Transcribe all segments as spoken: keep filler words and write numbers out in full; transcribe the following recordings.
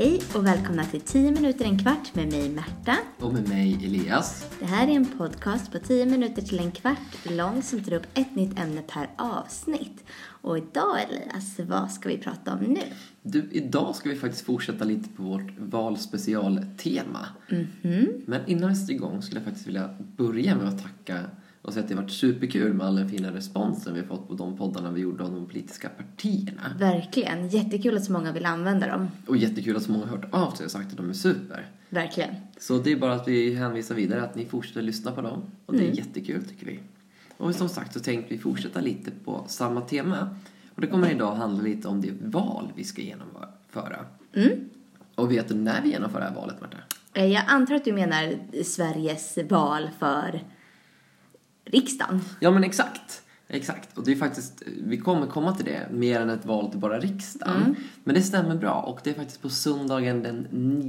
Hej och välkomna till tio minuter en kvart med mig Märta. Och med mig Elias. Det här är en podcast på tio minuter till en kvart lång som tar upp ett nytt ämne per avsnitt. Och idag Elias, vad ska vi prata om nu? Du, idag ska vi faktiskt fortsätta lite på vårt valspecialtema. Mm-hmm. Men innan vi sätter igång skulle jag faktiskt vilja börja med att tacka och säga att det har varit superkul med all den fina responsen vi har fått på de poddarna vi gjorde om de politiska partierna. Verkligen, jättekul att så många vill använda dem. Och jättekul att så många har hört av sig och sagt att de är super. Verkligen. Så det är bara att vi hänvisar vidare att ni fortsätter lyssna på dem. Och det är Mm. jättekul tycker vi. Och som sagt så tänkte vi fortsätta lite på samma tema. Och det kommer idag handla lite om det val vi ska genomföra. Mm. Och vet du när vi genomför det här valet, Marta? Jag antar att du menar Sveriges val för riksdagen. Ja, men exakt. Exakt. Och det är faktiskt, vi kommer komma till det mer än ett val till bara riksdagen. Mm. Men det stämmer bra. Och det är faktiskt på söndagen den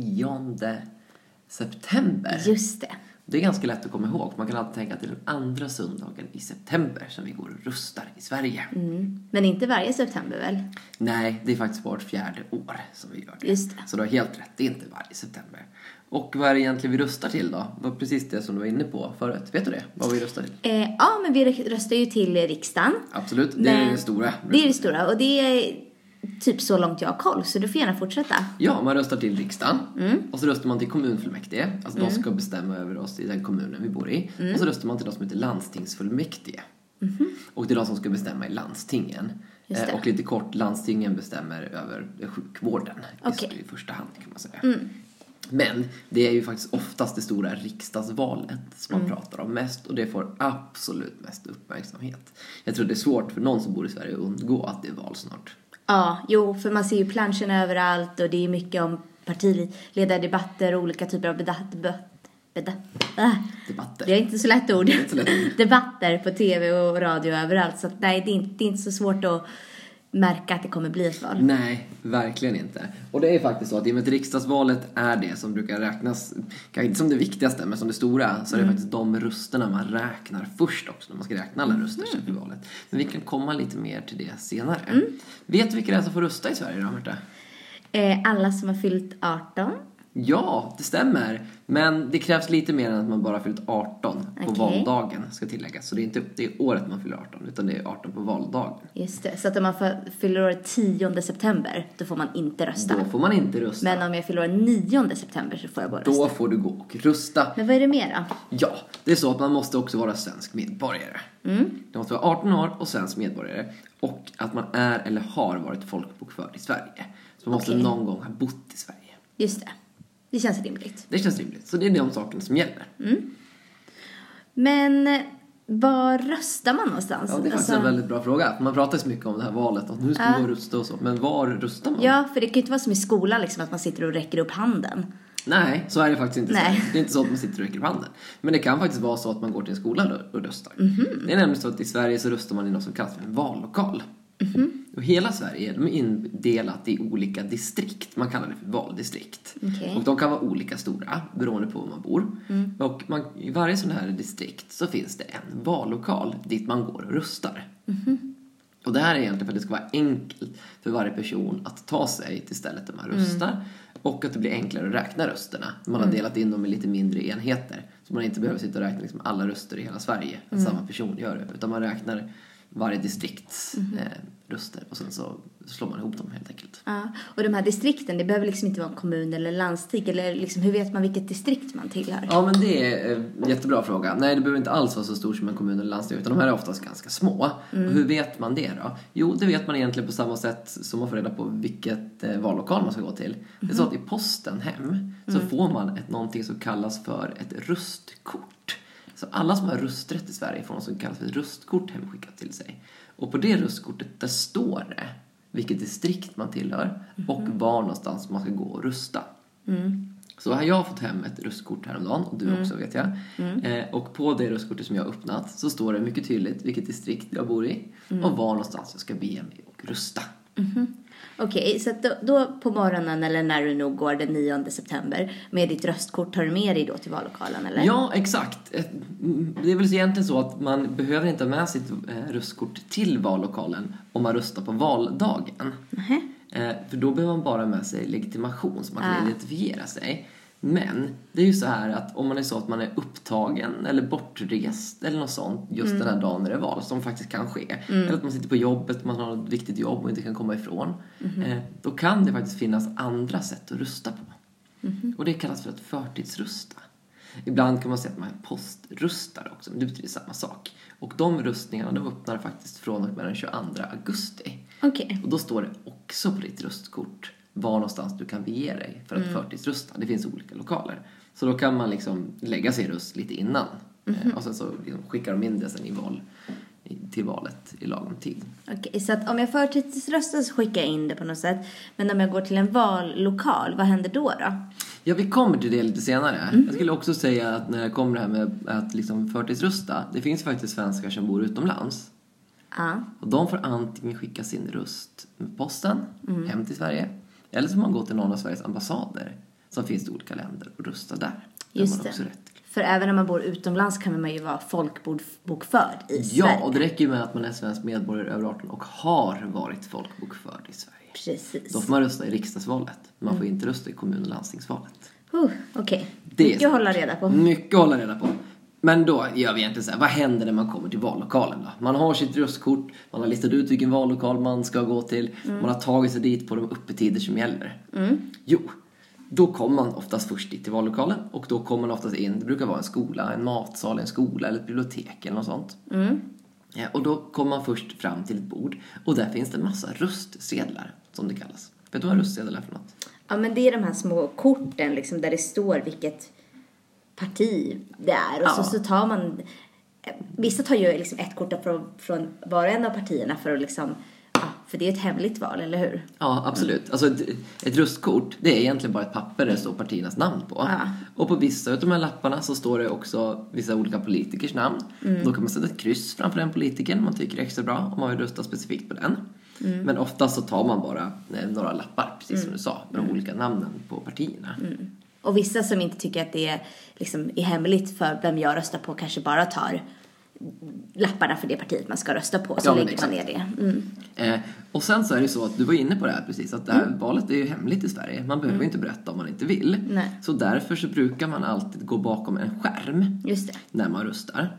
nionde september. Just det. Det är ganska lätt att komma ihåg. Man kan alltid tänka till den andra söndagen i september som vi går och röstar i Sverige. Mm. Men inte varje september väl? Nej, det är faktiskt vart fjärde år som vi gör det. Just det. Så du har helt rätt, det är inte varje september. Och vad är det egentligen vi röstar till då? Det var precis det som du var inne på förut. Vet du det? Vad vi röstar till? Eh, ja, men vi röstar ju till riksdagen. Absolut, det Men är det stora. Det är det stora och det är typ så långt jag har koll. Så du får gärna fortsätta. Ja, man röstar till riksdagen. Mm. Och så röstar man till kommunfullmäktige. Alltså Mm. de ska bestämma över oss i den kommunen vi bor i. Mm. Och så röstar man till de som heter landstingsfullmäktige. Mm-hmm. Och det är de som ska bestämma i landstingen. Just det. Eh, och lite kort, landstingen bestämmer över sjukvården. Okej. I första hand kan man säga. Mm. Men det är ju faktiskt oftast det stora riksdagsvalet som man Mm. pratar om mest. Och det får absolut mest uppmärksamhet. Jag tror det är svårt för någon som bor i Sverige att undgå att det är val snart. Ja, jo, för man ser ju planscherna överallt och det är mycket om partiledardebatter och olika typer av bedat, bedat, bedat, äh, Debatter. det är inte så lätt ord. Det är inte så lätt. Debatter på tv och radio överallt. Så att, nej, det är, inte, det är inte så svårt att märka att det kommer bli ett val. Nej, verkligen inte. Och det är faktiskt så att i och med att riksdagsvalet är det som brukar räknas, kanske inte som det viktigaste, men som det stora, så är det Mm. faktiskt de rösterna man räknar först också, när man ska räkna alla röster sen för valet. Men vi kan komma lite mer till det senare. Mm. Vet du vilka det är som får rösta i Sverige då, Marta? Eh, alla som har fyllt arton. Ja, det stämmer. Men det krävs lite mer än att man bara har fyllt arton på Okej. valdagen, ska tilläggas. Så det är inte det är året man fyller arton, utan det är arton på valdagen. Just det, så att om man får- fyller år tionde september, då får man inte rösta. Då får man inte rösta. Men om jag fyller år nionde september så får jag bara Då rösta. får du gå och rösta. Men vad är det mer då? Ja, det är så att man måste också vara svensk medborgare. Mm. Du måste vara arton år och svensk medborgare. Och att man är eller har varit folkbokförd i Sverige. Så man måste Okej. någon gång ha bott i Sverige. Just det, det känns rimligt. Det känns rimligt. Så det är de sakerna som gäller. Men var röstar man någonstans? Ja, det är faktiskt Alltså- en väldigt bra fråga. Man pratar så mycket om det här valet. Och nu ska Ja. vi gå och rösta och så. Men var röstar man? Ja, för det kan ju inte vara som i skolan liksom, att man sitter och räcker upp handen. Nej, så är det faktiskt inte. Nej. Så. Det är inte så att man sitter och räcker upp handen. Men det kan faktiskt vara så att man går till en skola och röstar. Mhm. Det är nämligen så att i Sverige så röstar man i något som kallas för en vallokal. Mhm. Och hela Sverige de är indelat i olika distrikt. Man kallar det för valdistrikt. Okej. Och de kan vara olika stora beroende på var man bor. Mm. Och man, i varje sån här distrikt så finns det en vallokal dit man går och röstar. Mhm. Och det här är egentligen för att det ska vara enkelt för varje person att ta sig till stället där man röstar. Och att det blir enklare att räkna rösterna. Man har delat in dem i lite mindre enheter. Så man inte behöver sitta och räkna liksom alla röster i hela Sverige. Att samma person gör det. Utan man räknar varje distrikts eh, röster. Och sen så slår man ihop dem helt enkelt. Ja, och de här distrikten, det behöver liksom inte vara en kommun eller landsting. Eller liksom, hur vet man vilket distrikt man tillhör? Ja, men det är en jättebra fråga. Nej, det behöver inte alls vara så stor som en kommun eller landsting. Utan de här är oftast ganska små. Och hur vet man det då? Jo, det vet man egentligen på samma sätt som man får reda på vilket eh, vallokal man ska gå till. Det är så att i posten hem så får man ett, någonting som kallas för ett röstkort. Så alla som har rösträtt i Sverige får något som kallas för ett röstkort hemskickat till sig. Och på det röstkortet där står det vilket distrikt man tillhör och var någonstans man ska gå och rösta. Mm. Så har jag fått hem ett röstkort häromdagen, och du också vet jag. Eh, och på det röstkortet som jag har öppnat så står det mycket tydligt vilket distrikt jag bor i och var någonstans jag ska bege mig och rösta. Okej, så att då, då på morgonen eller när du nog går den nionde september med ditt röstkort, tar du med dig då till vallokalen eller? Ja, exakt. Det är väl egentligen så att man behöver inte ha med sitt röstkort till vallokalen om man röstar på valdagen. Nähä. Eh, för då behöver man bara med sig legitimation så man kan Ah. identifiera sig. Men det är ju så här att om man är så att man är upptagen eller bortrest eller något sånt just Mm. den här dagen när det är val, som faktiskt kan ske. Mm. Eller att man sitter på jobbet, man har ett viktigt jobb och inte kan komma ifrån. Mhm. Eh, då kan det faktiskt finnas andra sätt att rösta på. Mhm. Och det kallas för att förtidsrösta. Ibland kan man säga att man poströstar också, men det betyder samma sak. Och de röstningarna de öppnar faktiskt från och med den tjugoandra augusti. Okej. Och då står det också på ditt röstkort var någonstans du kan bege dig för att Mm. förtidsrösta. Det finns olika lokaler. Så då kan man liksom lägga sin röst lite innan. Mhm. Eh, Och sen så liksom skickar de in det sen i val, i- till valet i lagom tid. Okej, så att om jag förtidsröstar så skickar jag in det på något sätt. Men om jag går till en vallokal, vad händer då då? Ja, vi kommer till det lite senare. Mhm. Jag skulle också säga att när det kommer det här med att liksom förtidsrösta, det finns faktiskt svenskar som bor utomlands. Ja. Och de får antingen skicka sin röst med posten Mm. hem till Sverige. Eller så får man gå till någon av Sveriges ambassader som finns i olika länder och rösta där. Det har Just man också det. rätt till. För även om man bor utomlands kan man ju vara folkbokförd i Ja, Sverige. och det räcker ju med att man är svensk medborgare över arton och har varit folkbokförd i Sverige. Precis. Då får man rösta i riksdagsvalet. Man Mm. får inte rösta i kommun- och landstingsvalet. Uh, Okej, Det är mycket att hålla reda på. Mycket att hålla reda på. Men då gör vi egentligen så här, vad händer när man kommer till vallokalen då? Man har sitt röstkort, man har listat ut vilken vallokal man ska gå till, man har tagit sig dit på de öppettider som gäller. Mm. Jo, då kommer man oftast först dit till vallokalen och då kommer man oftast in, det brukar vara en skola, en matsal, en skola eller ett bibliotek eller något sånt. Mm. Ja, och då kommer man först fram till ett bord och där finns det en massa röstsedlar som det kallas. Vet du vad en röstsedel är för något? Ja, men det är de här små korten liksom, där det står vilket parti det är. Och Ja. så, så tar man... Vissa tar ju liksom ett kort från, från var och en av partierna för att liksom... Ja, för det är ett hemligt val, eller hur? Ja, absolut. Alltså ett, ett röstkort, det är egentligen bara ett papper där det står partiernas namn på. Ja. Och på vissa av de här lapparna så står det också vissa olika politikers namn. Mm. Då kan man sätta ett kryss framför den politikern man tycker är extra bra om man vill rösta specifikt på den. Mm. Men ofta så tar man bara eh, några lappar, precis som du sa, med de olika namnen på partierna. Mm. Och vissa som inte tycker att det är, liksom, är hemligt för vem jag röstar på kanske bara tar lapparna för det partiet man ska rösta på. Så Ja, men lägger man ner det. Mm. Eh, och sen så är det så att du var inne på det här precis, att det här valet är ju hemligt i Sverige. Man behöver ju inte berätta om man inte vill. Nej. Så därför så brukar man alltid gå bakom en skärm Just det. när man röstar.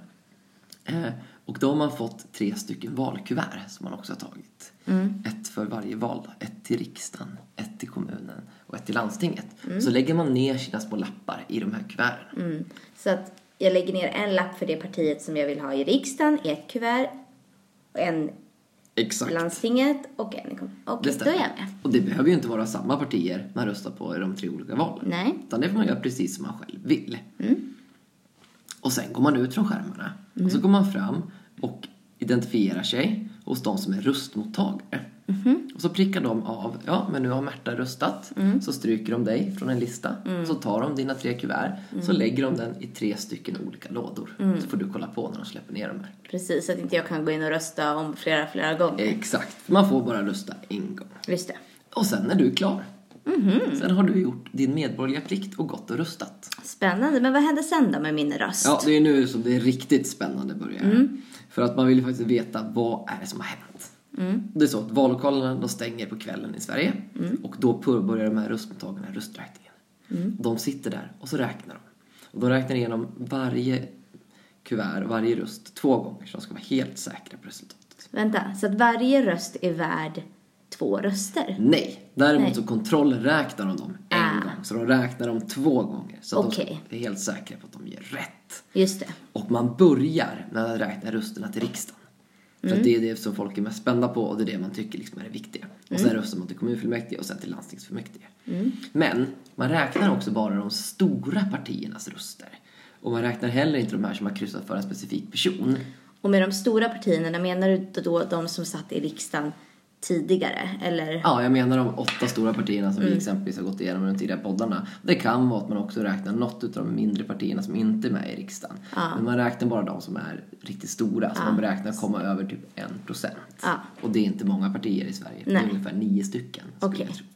Eh, och då har man fått tre stycken valkuvert som man också har tagit. Mm. Ett för varje val. Ett till riksdagen, ett till kommunen och ett till landstinget. Mm. Så lägger man ner sina små lappar i de här kuverten. Mm. Så att jag lägger ner en lapp för det partiet som jag vill ha i riksdagen i ett kuvert. Och en Exakt. i landstinget och en i kommunen. Det Okej, då stämmer. är jag med. Och det behöver ju inte vara samma partier man röstar på i de tre olika valen. Nej. Utan det får man göra precis som man själv vill. Mm. Och sen går man ut från skärmarna. Och så går man fram och identifierar sig hos de som är röstmottagare. Mhm. Och så prickar de av, ja men nu har Märta röstat. Mm. Så stryker de dig från en lista. Och så tar de dina tre kuvert. Så lägger de den i tre stycken olika lådor. Så får du kolla på när de släpper ner dem här. Precis, så att inte jag kan gå in och rösta om flera, flera gånger. Exakt, man får bara rösta en gång. Just det. Och sen är du klar. Mhm. Sen har du gjort din medborgerliga plikt och gått och röstat. Spännande, men vad händer sen då med min röst? Ja, det är nu som det är riktigt spännande börjar. För att man vill ju faktiskt veta vad är det som har hänt. Mm. Det är så att vallokalerna de stänger på kvällen i Sverige. Och då påbörjar de här röstmottagarna rösträkningen. Mm. De sitter där och så räknar de. Och de räknar igenom varje kuvert, varje röst två gånger. Så de ska vara helt säkra på resultatet. Vänta, så att varje röst är värd två röster? Nej, däremot Nej. så kontrollräknar de dem en Ah. gång. Så de räknar dem två gånger. Så att Okej. de är helt säkra på att de ger rätt. Just det. Och man börjar med att räkna rösterna till riksdagen. För Mm. att det är det som folk är mest spända på och det är det man tycker liksom är det viktiga. Och sen röstar man till kommunfullmäktige och sen till landstingsfullmäktige. Mm. Men man räknar också bara de stora partiernas röster. Och man räknar heller inte de här som har kryssat för en specifik person. Och med de stora partierna, menar du då de som satt i riksdagen tidigare? Eller? Ja, jag menar de åtta stora partierna som Mm. vi exempelvis har gått igenom i de tidigare poddarna. Det kan vara att man också räknar något av de mindre partierna som inte är med i riksdagen. Ja. Men man räknar bara de som är riktigt stora. Så Ja. man beräknar komma över typ en procent. Ja. Och det är inte många partier i Sverige. Det Nej. är ungefär nio stycken. skulle Okej. jag tro.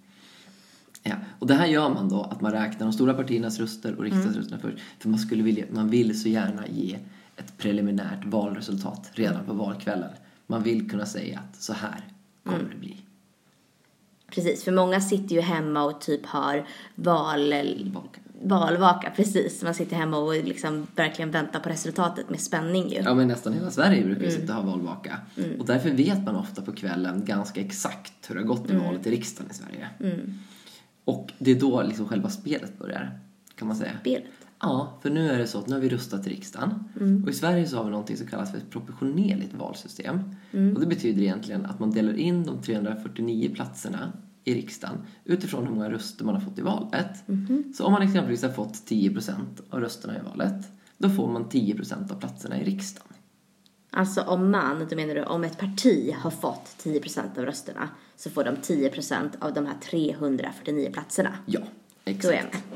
Ja. Och det här gör man då att man räknar de stora partiernas röster och riksdagsrösterna först. För man, skulle vilja, man vill så gärna ge ett preliminärt valresultat redan på valkvällen. Man vill kunna säga att så här kommer det bli. Precis, för många sitter ju hemma och typ har val... Vaka. Valvaka, precis. Man sitter hemma och liksom verkligen väntar på resultatet med spänning ju. Ja, men nästan hela Sverige brukar ju Mm. sitta och ha valvaka. Mm. Och därför vet man ofta på kvällen ganska exakt hur det har gått i Mm. valet i riksdagen i Sverige. Mm. Och det är då liksom själva spelet börjar, kan man säga. Spelet. Ja, för nu är det så att nu har vi röstat till riksdagen. Mm. Och i Sverige så har vi något som kallas för ett proportionerligt valsystem. Mm. Och det betyder egentligen att man delar in de trehundrafyrtionio platserna i riksdagen utifrån hur många röster man har fått i valet. Mhm. Så om man exempelvis har fått tio procent av rösterna i valet, då får man tio procent av platserna i riksdagen. Alltså om man, då menar du, om ett parti har fått tio procent av rösterna så får de tio procent av de här trehundrafyrtionio platserna. Ja, Då är exakt. jag med.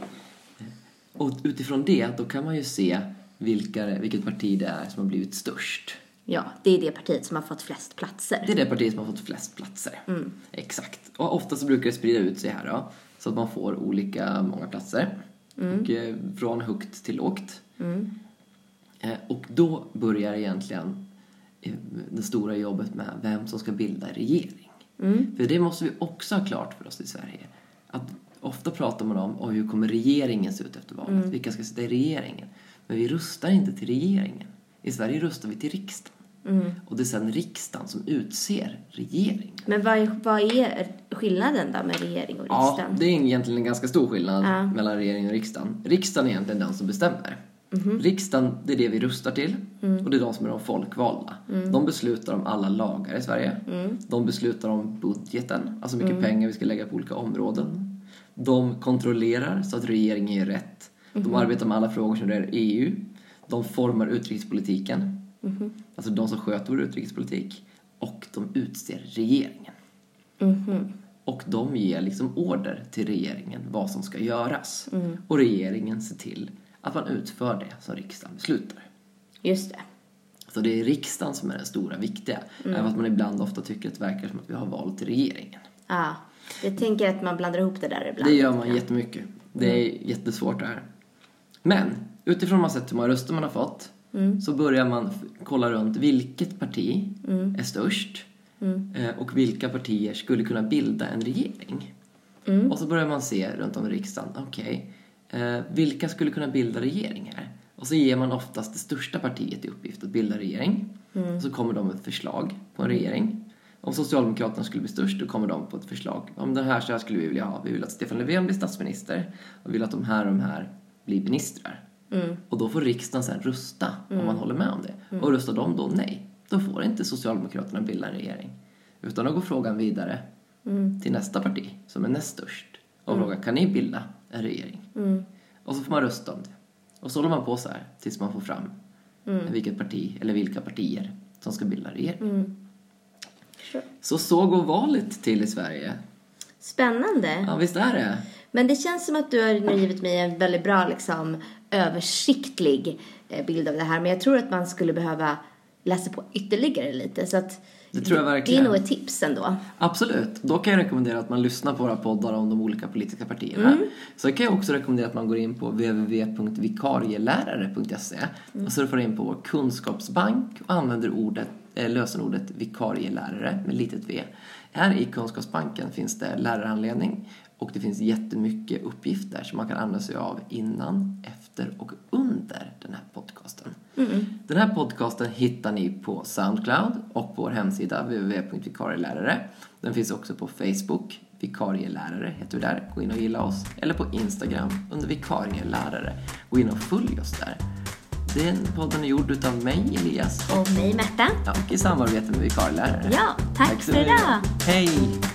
Och utifrån det, då kan man ju se vilka, vilket parti det är som har blivit störst. Ja, det är det partiet som har fått flest platser. Det är det partiet som har fått flest platser. Mm. Exakt. Och ofta så brukar det sprida ut sig här då. Så att man får olika många platser. Mm. Och eh, från högt till lågt. Mm. Eh, och då börjar egentligen eh, det stora jobbet med vem som ska bilda regering. Mm. För det måste vi också ha klart för oss i Sverige. Att ofta pratar man om oh, hur kommer regeringen se ut efter valet. Mm. Vilka ska sitta i regeringen. Men vi röstar inte till regeringen. I Sverige röstar vi till riksdagen. Mm. Och det är sedan riksdagen som utser regeringen. Men vad är, vad är skillnaden då med regering och Ja, riksdagen? det är egentligen en ganska stor skillnad Ja. mellan regeringen och riksdagen. Riksdagen är egentligen den som bestämmer. Mhm. Riksdagen, det är det vi röstar till. Mm. Och det är de som är de folkvalda. Mm. De beslutar om alla lagar i Sverige. Mm. De beslutar om budgeten. Alltså hur mycket Mm. pengar vi ska lägga på olika områden. De kontrollerar så att regeringen gör rätt. De Mhm. arbetar med alla frågor som rör E U. De formar utrikespolitiken. Mhm. Alltså de som sköter vår utrikespolitik. Och de utser regeringen. Mhm. Och de ger liksom order till regeringen vad som ska göras. Mm. Och regeringen ser till att man utför det som riksdagen beslutar. Just det. Så det är riksdagen som är den stora viktiga. Mm. Även att man ibland ofta tycker att det verkar som att vi har val till regeringen. Ja, jag tänker att man blandar ihop det där ibland. Det gör man jättemycket. Det är jättesvårt det här. Men utifrån man sett hur många röster man har fått. Mm. Så börjar man f- kolla runt vilket parti Mm. är störst. Mm. eh, Och vilka partier skulle kunna bilda en regering. Mm. Och så börjar man se runt om i riksdagen, okej, eh, vilka skulle kunna bilda regering här? Och så ger man oftast det största partiet i uppgift att bilda regering. Mm. Och så kommer de med ett förslag på en regering. Om Socialdemokraterna skulle bli störst, då kommer de på ett förslag. Om den här så här skulle vi vilja ha. Vi vill att Stefan Löfven blir statsminister. Och vi vill att de här och de här blir ministrar. Mm. Och då får riksdagen sen rösta om man håller med om det. Och röstar de då nej, då får inte Socialdemokraterna bilda en regering. Utan då går frågan vidare Mm. till nästa parti som är näst störst. Och frågar, kan ni bilda en regering? Mm. Och så får man rösta om det. Och så håller man på så här tills man får fram Mm. vilket parti eller vilka partier som ska bilda regering. Mm. Sure. Så så går valet till i Sverige. Spännande. Ja, visst är det? Men det känns som att du har nu givit mig en väldigt bra liksom, översiktlig eh, bild av det här. Men jag tror att man skulle behöva läsa på ytterligare lite. Så att Det tror jag verkligen. Det är nog ett tips ändå. Absolut. Då kan jag rekommendera att man lyssnar på våra poddar om de olika politiska partierna. Mm. Så kan jag också rekommendera att man går in på w w w punkt vikarielärare punkt se Mm. och så får du in på vår kunskapsbank och använder ordet, eh, lösenordet vikarielärare med litet v. Här i kunskapsbanken finns det lärarhandledning och det finns jättemycket uppgifter som man kan använda sig av innan, efter och under den här podcasten. Mm. Den här podcasten hittar ni på SoundCloud och på vår hemsida w w w punkt vikarielärare. Den finns också på Facebook, vikarielärare heter vi där. Gå in och gilla oss. Eller på Instagram under vikarielärare. Gå in och följ oss där. Den podden är gjord utav mig, Elias. Och mig, Märta. Ja, och i samarbete med vikarielärare. Ja, tack så för mycket. idag. Hej!